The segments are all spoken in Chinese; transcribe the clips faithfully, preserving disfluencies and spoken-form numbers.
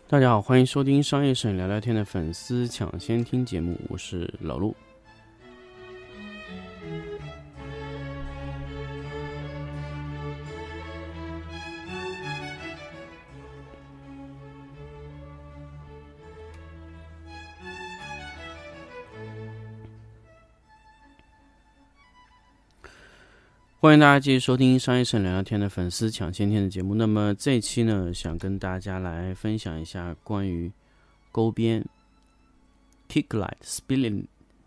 大家好，欢迎收听商业摄影聊聊天的粉丝抢先听节目，我是老陆。欢迎大家继续收听商业摄影聊聊天的粉丝抢先听的节目。那么这一期呢，想跟大家来分享一下关于钩边、kick light、split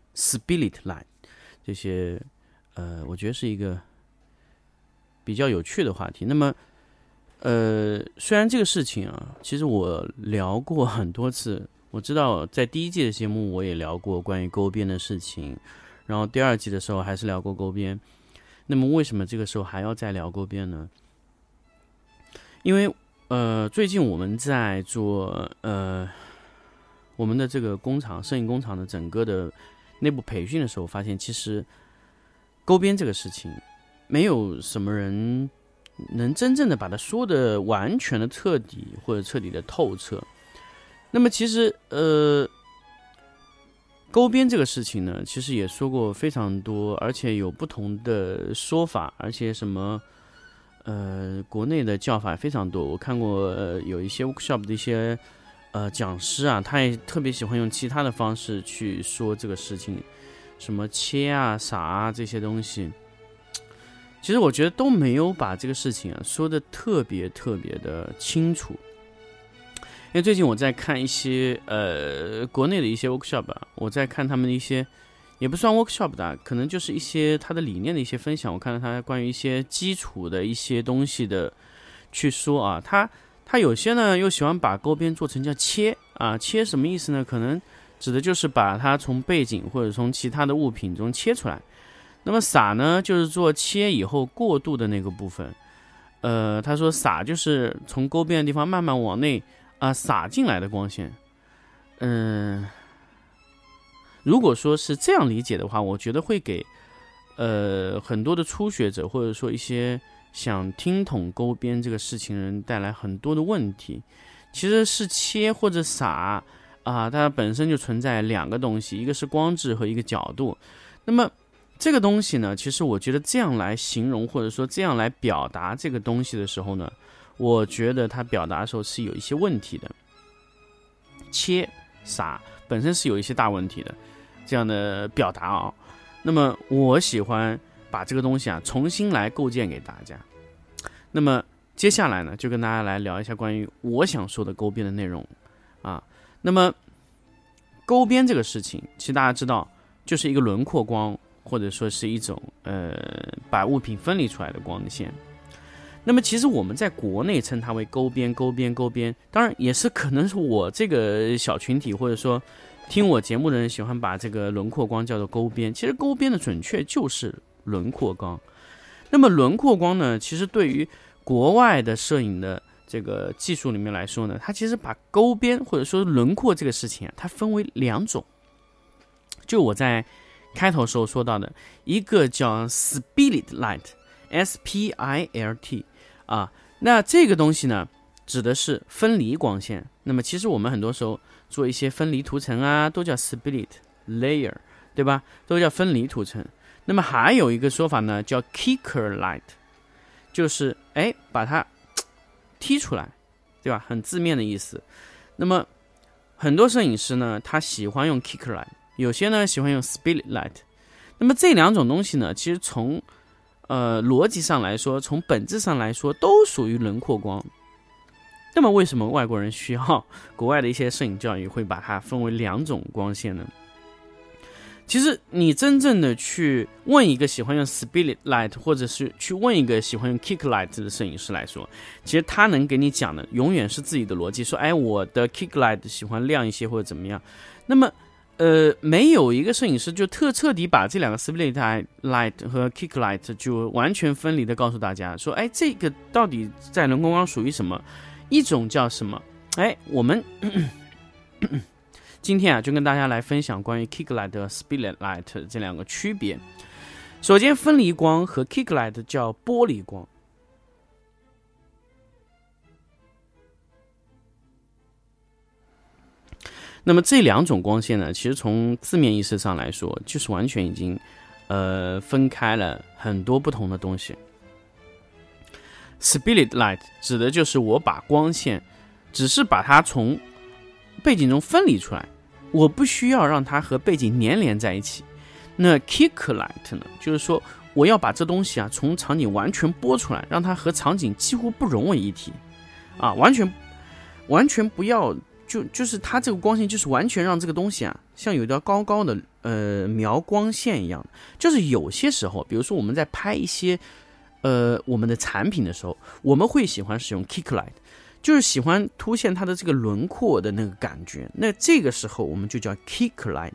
split light 这些，呃，我觉得是一个比较有趣的话题。那么，呃，虽然这个事情啊，其实我聊过很多次，我知道在第一季的节目我也聊过关于钩边的事情，然后第二季的时候还是聊过钩边。那么为什么这个时候还要再聊钩边呢？因为呃，最近我们在做呃我们的这个工厂摄影工厂的整个的内部培训的时候，发现其实钩边这个事情，没有什么人能真正的把它说的完全的彻底或者彻底的透彻。那么其实呃。钩边这个事情呢，其实也说过非常多，而且有不同的说法，而且什么，呃，国内的叫法非常多。我看过、呃、有一些 workshop 的一些呃讲师啊，他也特别喜欢用其他的方式去说这个事情，什么切啊、撒啊这些东西。其实我觉得都没有把这个事情啊说的特别特别的清楚。因为最近我在看一些呃国内的一些 workshop 啊，我在看他们的一些也不算 workshop 的，可能就是一些他的理念的一些分享。我看到他关于一些基础的一些东西的去说啊，他他有些呢又喜欢把钩边做成叫切啊，切什么意思呢？可能指的就是把它从背景或者从其他的物品中切出来。那么撒呢，就是做切以后过渡的那个部分。呃，他说撒就是从钩边的地方慢慢往内。啊，洒进来的光线，嗯、呃，如果说是这样理解的话，我觉得会给呃很多的初学者或者说一些想听懂钩边这个事情人带来很多的问题。其实是切或者洒啊，它本身就存在两个东西，一个是光质和一个角度。那么这个东西呢，其实我觉得这样来形容或者说这样来表达这个东西的时候呢，我觉得他表达的时候是有一些问题的，切撒本身是有一些大问题的，这样的表达啊。那么我喜欢把这个东西啊重新来构建给大家。那么接下来呢，就跟大家来聊一下关于我想说的钩边的内容啊。那么钩边这个事情，其实大家知道，就是一个轮廓光，或者说是一种呃把物品分离出来的光线。那么其实我们在国内称它为钩边钩边钩边，当然也是可能是我这个小群体或者说听我节目的人喜欢把这个轮廓光叫做钩边。其实钩边的准确就是轮廓光。那么轮廓光呢，其实对于国外的摄影的这个技术里面来说呢，它其实把钩边或者说轮廓这个事情啊，它分为两种。就我在开头时候说到的，一个叫 split light S P I L T 啊，那这个东西呢，指的是分离光线。那么其实我们很多时候做一些分离涂层啊，都叫 split layer， 对吧？都叫分离涂层。那么还有一个说法呢，叫 kicker light， 就是哎把它踢出来，对吧？很字面的意思。那么很多摄影师呢，他喜欢用 kicker light， 有些呢喜欢用 split light。那么这两种东西呢，其实从呃，逻辑上来说，从本质上来说，都属于轮廓光。那么，为什么外国人需要国外的一些摄影教育会把它分为两种光线呢？其实，你真正的去问一个喜欢用 split light， 或者是去问一个喜欢用 kick light 的摄影师来说，其实他能给你讲的永远是自己的逻辑，说，哎，我的 kick light 喜欢亮一些或者怎么样。那么，呃，没有一个摄影师就特彻底把这两个 split light 和 kick light 就完全分离的告诉大家说，哎，这个到底在轮廓光属于什么？一种叫什么？哎，我们咳咳咳咳今天啊，就跟大家来分享关于 kick light 和 split light 这两个区别。首先，分离光和 kick light 叫玻璃光。 那么这两种光线呢，其实从字面意思上来说，就是完全已经呃分开了很多不同的东西。Split light 指的就是我把光线只是把它从背景中分离出来，我不需要让它和背景粘连在一起。那 kick light 呢，就是说我要把这东西啊从场景完全拨出来，让它和场景几乎不融为一体啊，完全完全不要就就是它这个光线就是完全让这个东西啊像有一条高高的呃描光线一样。就是有些时候，比如说我们在拍一些呃我们的产品的时候，我们会喜欢使用 kick light， 就是喜欢凸现它的这个轮廓的那个感觉，那这个时候我们就叫 kick light。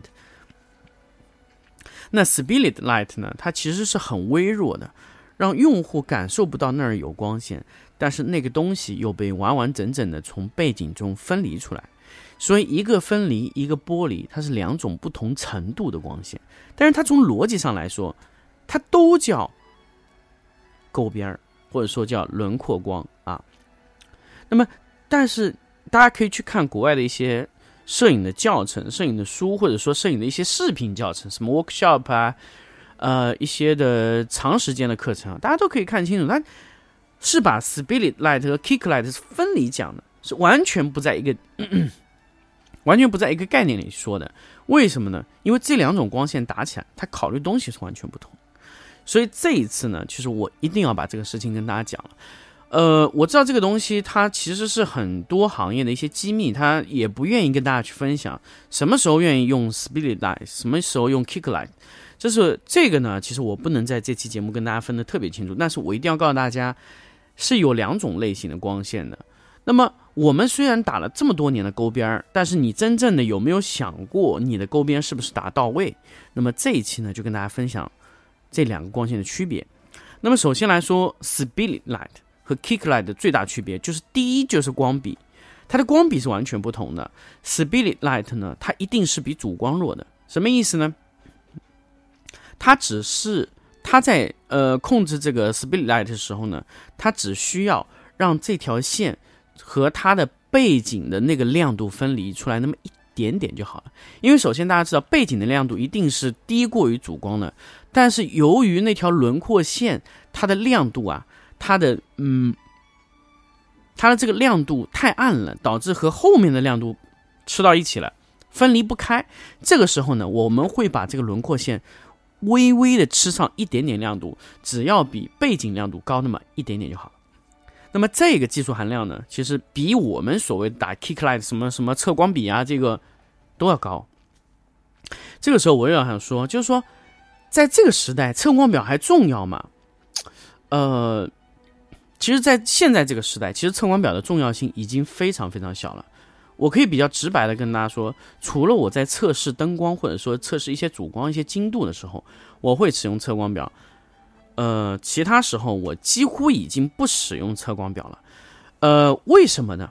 那 split light 呢，它其实是很微弱的，让用户感受不到那儿有光线，但是那个东西又被完完整整的从背景中分离出来。所以一个分离一个剥离，它是两种不同程度的光线，但是它从逻辑上来说，它都叫勾边或者说叫轮廓光啊。那么但是大家可以去看国外的一些摄影的教程、摄影的书，或者说摄影的一些视频教程，什么 workshop 啊，呃，一些的长时间的课程，大家都可以看清楚，它是把 split light 和 kick light 是分离讲的，是完全不在一个咳咳完全不在一个概念里说的。为什么呢？因为这两种光线打起来，它考虑东西是完全不同。所以这一次呢，其实我一定要把这个事情跟大家讲了。呃，我知道这个东西它其实是很多行业的一些机密，它也不愿意跟大家去分享。什么时候愿意用 split light， 什么时候用 kick light， 就是这个呢，其实我不能在这期节目跟大家分得特别清楚，但是我一定要告诉大家，是有两种类型的光线的。那么我们虽然打了这么多年的勾边，但是你真正的有没有想过你的勾边是不是打到位？那么这一期呢，就跟大家分享这两个光线的区别。那么首先来说 split light和 kick light 的最大区别就是，第一就是光比，它的光比是完全不同的。split light 呢，它一定是比主光弱的。什么意思呢？它只是它在呃控制这个 split light 的时候呢，它只需要让这条线和它的背景的那个亮度分离出来那么一点点就好了。因为首先大家知道，背景的亮度一定是低过于主光的，但是由于那条轮廓线它的亮度啊，它的嗯，它的这个亮度太暗了，导致和后面的亮度吃到一起了，分离不开。这个时候呢，我们会把这个轮廓线微微的吃上一点点亮度，只要比背景亮度高那么一点点就好了。那么这个技术含量呢，其实比我们所谓打 kick light 什么什么测光比啊，这个都要高。这个时候我又要想说，就是说，在这个时代，测光表还重要吗？呃。其实在现在这个时代，其实测光表的重要性已经非常非常小了。我可以比较直白的跟大家说，除了我在测试灯光或者说测试一些主光一些精度的时候，我会使用测光表，呃，其他时候我几乎已经不使用测光表了。呃，为什么呢？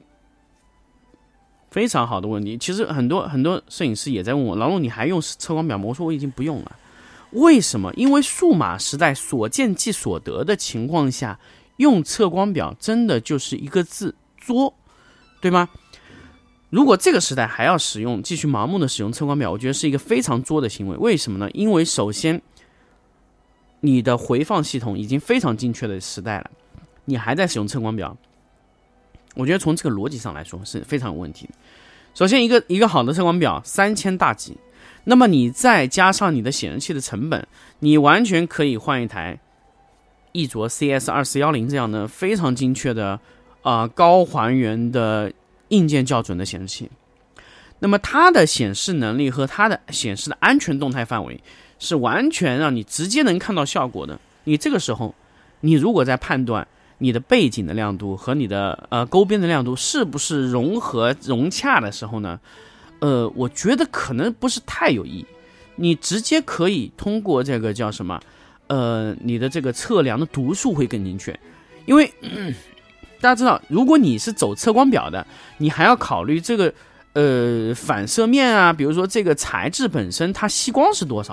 非常好的问题。其实很多很多摄影师也在问我，老陆你还用测光表吗？我说我已经不用了。为什么？因为数码时代所见即所得的情况下，用测光表真的就是一个字作，对吗？如果这个时代还要使用继续盲目的使用测光表，我觉得是一个非常作的行为。为什么呢？因为首先你的回放系统已经非常精确的时代了，你还在使用测光表，我觉得从这个逻辑上来说是非常有问题的。首先一个一个好的测光表三千大几，那么你再加上你的显示器的成本，你完全可以换一台一卓 C S 二四一零 这样的非常精确的、呃、高还原的硬件校准的显示器。那么它的显示能力和它的显示的安全动态范围是完全让你直接能看到效果的。你这个时候，你如果在判断你的背景的亮度和你的呃勾边的亮度是不是融合融洽的时候呢，呃，我觉得可能不是太有意义。你直接可以通过这个叫什么？呃，你的这个测量的读数会更精确，因为、嗯、大家知道，如果你是走测光表的，你还要考虑这个呃反射面啊，比如说这个材质本身它吸光是多少，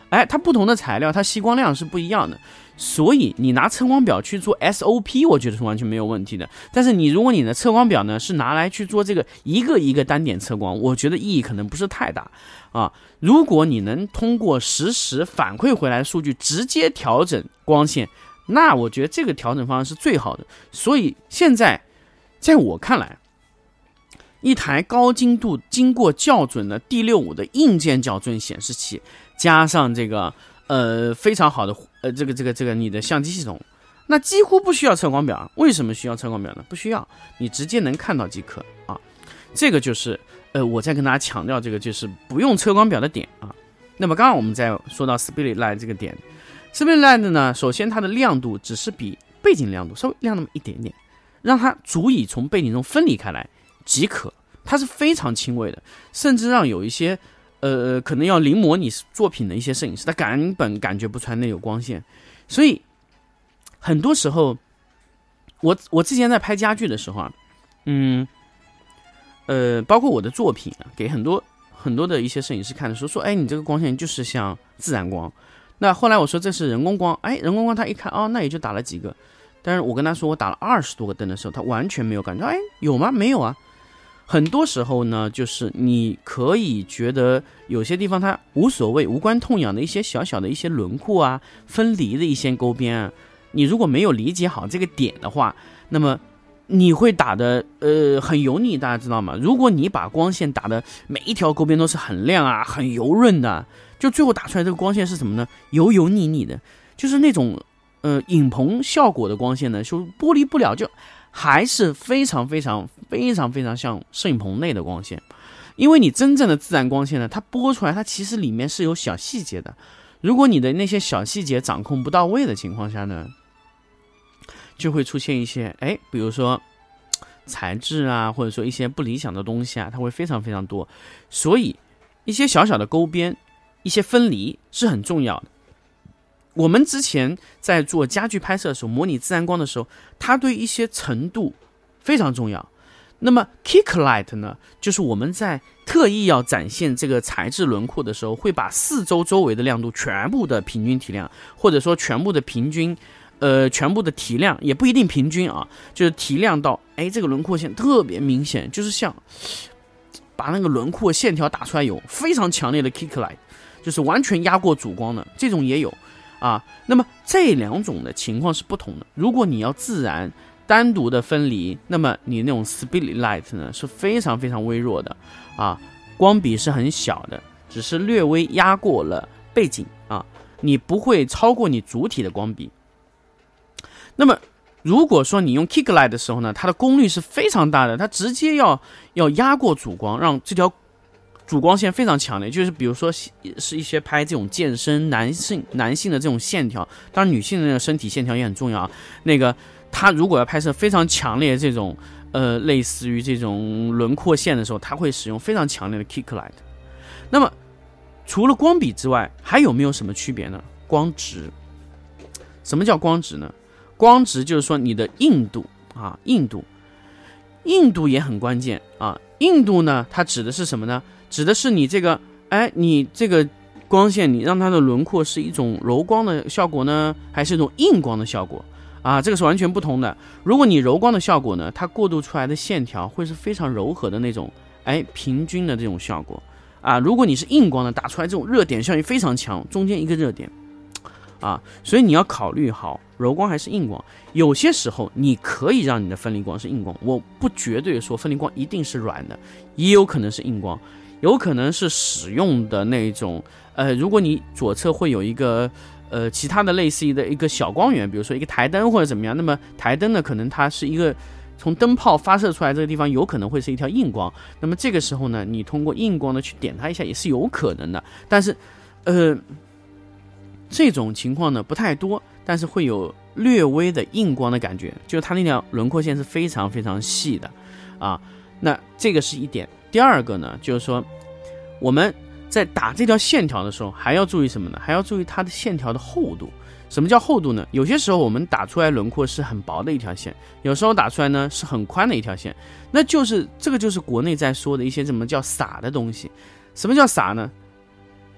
哎，它不同的材料它吸光量是不一样的，所以你拿测光表去做 S O P 我觉得是完全没有问题的。但是你如果你的测光表呢是拿来去做这个一个一个单点测光，我觉得意义可能不是太大啊。如果你能通过实时反馈回来的数据直接调整光线，那我觉得这个调整方案是最好的。所以现在在我看来，一台高精度经过校准的 D 六十五 的硬件校准显示器，加上这个呃非常好的呃这个这个这个你的相机系统，那几乎不需要测光表。为什么需要测光表呢？不需要，你直接能看到即可啊。这个就是呃我在跟大家强调这个就是不用测光表的点啊。那么刚刚我们在说到 Speedlight Light 这个点 ，Speedlight Light 呢，首先它的亮度只是比背景亮度稍微亮那么一点点，让它足以从背景中分离开来即可。它是非常轻微的，甚至让有一些呃可能要临摹你作品的一些摄影师，他根本感觉不出来那有光线。所以很多时候，我我之前在拍家具的时候啊，嗯，呃，包括我的作品啊，给很多很多的一些摄影师看的时候，说，哎，你这个光线就是像自然光。那后来我说这是人工光，哎，人工光他一看，哦，那也就打了几个。但是我跟他说我打了二十多个灯的时候，他完全没有感觉，哎，有吗？没有啊。很多时候呢，就是你可以觉得有些地方它无所谓、无关痛痒的一些小小的一些轮廓啊、分离的一些勾边啊，你如果没有理解好这个点的话，那么你会打的呃很油腻，大家知道吗？如果你把光线打的每一条勾边都是很亮啊、很油润的，就最后打出来这个光线是什么呢？油油腻腻的，就是那种呃影棚效果的光线呢，就剥离不了，就还是非常非常非常非常像摄影棚内的光线。因为你真正的自然光线呢，它播出来它其实里面是有小细节的，如果你的那些小细节掌控不到位的情况下呢，就会出现一些哎，比如说材质啊，或者说一些不理想的东西啊，它会非常非常多。所以一些小小的勾边、一些分离是很重要的。我们之前在做家具拍摄的时候，模拟自然光的时候，它对一些程度非常重要。那么 Kick Light 呢，就是我们在特意要展现这个材质轮廓的时候，会把四周周围的亮度全部的平均提亮，或者说全部的平均呃，全部的提亮也不一定平均啊，就是提亮到哎，这个轮廓线特别明显，就是像把那个轮廓线条打出来，有非常强烈的 Kick Light， 就是完全压过主光的，这种也有啊。那么这两种的情况是不同的。如果你要自然单独的分离，那么你那种 Speedlight Light 呢是非常非常微弱的啊，光比是很小的，只是略微压过了背景啊，你不会超过你主体的光比。那么如果说你用 Kick Light 的时候呢，它的功率是非常大的，它直接要要压过主光，让这条主光线非常强烈。就是比如说是一些拍这种健身男性男性的这种线条，当然女性的那个身体线条也很重要啊。那个他如果要拍摄非常强烈的这种呃类似于这种轮廓线的时候，他会使用非常强烈的 Kick Light。那么除了光比之外，还有没有什么区别呢？光值。什么叫光值呢？光值就是说你的硬度啊，硬度，硬度也很关键啊。硬度呢，它指的是什么呢？指的是你这个，哎，你这个光线，你让它的轮廓是一种柔光的效果呢，还是一种硬光的效果啊？这个是完全不同的。如果你柔光的效果呢，它过渡出来的线条会是非常柔和的那种，哎，平均的这种效果啊。如果你是硬光的，打出来这种热点效应非常强，中间一个热点。啊，所以你要考虑好柔光还是硬光。有些时候你可以让你的分离光是硬光，我不绝对说分离光一定是软的，也有可能是硬光，有可能是使用的那种呃，如果你左侧会有一个呃其他的类似于的一个小光源，比如说一个台灯或者怎么样，那么台灯呢可能它是一个从灯泡发射出来这个地方有可能会是一条硬光，那么这个时候呢，你通过硬光呢去点它一下也是有可能的，但是呃。这种情况呢不太多，但是会有略微的硬光的感觉，就是它那条轮廓线是非常非常细的啊。那这个是一点。第二个呢，就是说我们在打这条线条的时候还要注意什么呢？还要注意它的线条的厚度。什么叫厚度呢？有些时候我们打出来轮廓是很薄的一条线，有时候打出来呢是很宽的一条线，那就是这个就是国内在说的一些什么叫洒的东西。什么叫洒呢？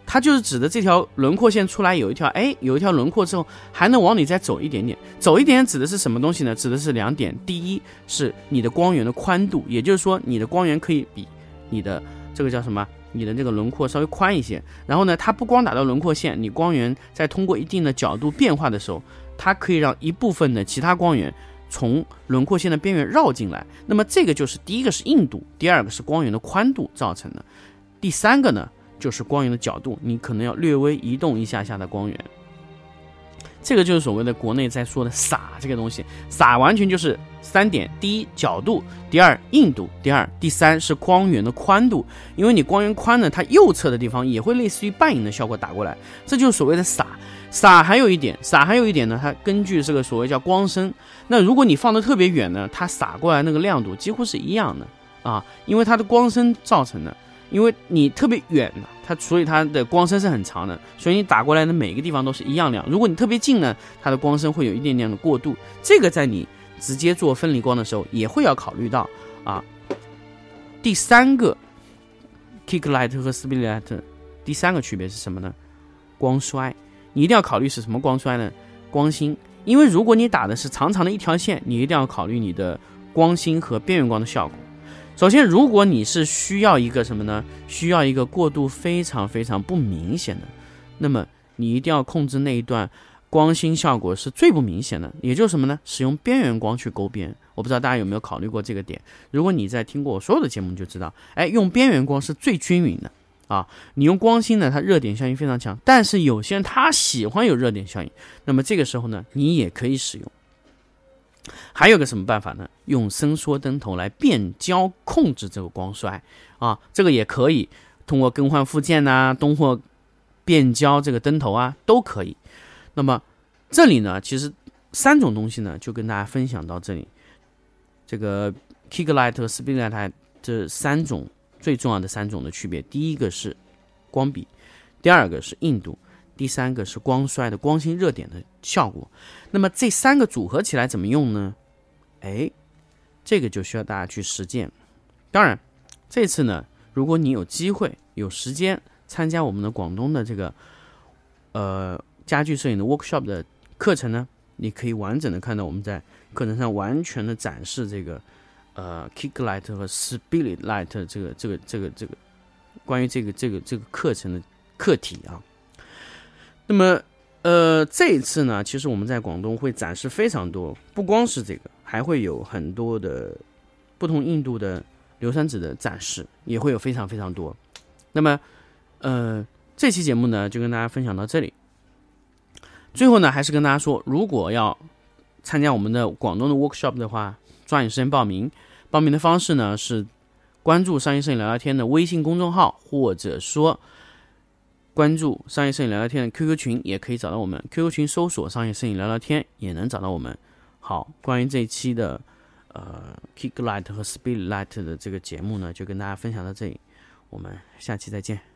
它就是指的这条轮廓线出来有一条，哎，有一条轮廓之后，还能往里再走一点点。走一点点指的是什么东西呢？指的是两点。第一是你的光源的宽度，也就是说你的光源可以比你的这个叫什么？你的这个轮廓稍微宽一些。然后呢，它不光打到轮廓线，你光源在通过一定的角度变化的时候，它可以让一部分的其他光源从轮廓线的边缘绕进来。那么这个就是第一个是硬度，第二个是光源的宽度造成的，第三个呢就是光源的角度，你可能要略微移动一下下的光源。这个就是所谓的国内在说的洒这个东西，洒完全就是三点：第一角度，第二硬度，第二第三是光源的宽度。因为你光源宽呢，它右侧的地方也会类似于半影的效果打过来，这就是所谓的洒。洒还有一点，洒还有一点呢，它根据这个所谓叫光深。那如果你放得特别远呢，它洒过来那个亮度几乎是一样的啊，因为它的光深造成的。因为你特别远，它所以它的光深是很长的，所以你打过来的每个地方都是一样亮。如果你特别近呢，它的光深会有一点点的过渡，这个在你直接做分离光的时候也会要考虑到啊。第三个 kick light 和 speed light 第三个区别是什么呢？光衰。你一定要考虑是什么光衰呢？光芯。因为如果你打的是长长的一条线，你一定要考虑你的光芯和边缘光的效果。首先，如果你是需要一个什么呢？需要一个过渡非常非常不明显的，那么你一定要控制那一段光芯效果是最不明显的，也就是什么呢？使用边缘光去勾边。我不知道大家有没有考虑过这个点？如果你在听过我所有的节目，就知道，哎，用边缘光是最均匀的啊。你用光芯呢，它热点效应非常强，但是有些人他喜欢有热点效应，那么这个时候呢，你也可以使用。还有个什么办法呢？用伸缩灯头来变焦控制这个光衰啊，这个也可以通过更换附件啊，通过变焦这个灯头啊都可以。那么这里呢，其实三种东西呢就跟大家分享到这里。这个 kick light 和 speed light 这三种最重要的三种的区别，第一个是光比，第二个是硬度，第三个是光衰的光芯热点的效果。那么这三个组合起来怎么用呢？哎，这个就需要大家去实践。当然，这次呢，如果你有机会、有时间参加我们的广东的这个呃家具摄影的 workshop 的课程呢，你可以完整的看到我们在课程上完全的展示这个呃 kick light 和 speed light 这个这个这个这个关于这个这个这个课程的课题啊。那么呃，这一次呢，其实我们在广东会展示非常多，不光是这个，还会有很多的不同硬度的硫酸纸的展示，也会有非常非常多。那么呃，这期节目呢，就跟大家分享到这里。最后呢，还是跟大家说，如果要参加我们的广东的 workshop 的话，抓紧时间报名。报名的方式呢是关注商业摄影聊聊天的微信公众号，或者说关注商业摄影聊聊天的 Q Q 群，也可以找到我们 Q Q 群搜索商业摄影聊聊天也能找到我们。好，关于这一期的呃 kick light 和 speed light 的这个节目呢，就跟大家分享到这里，我们下期再见。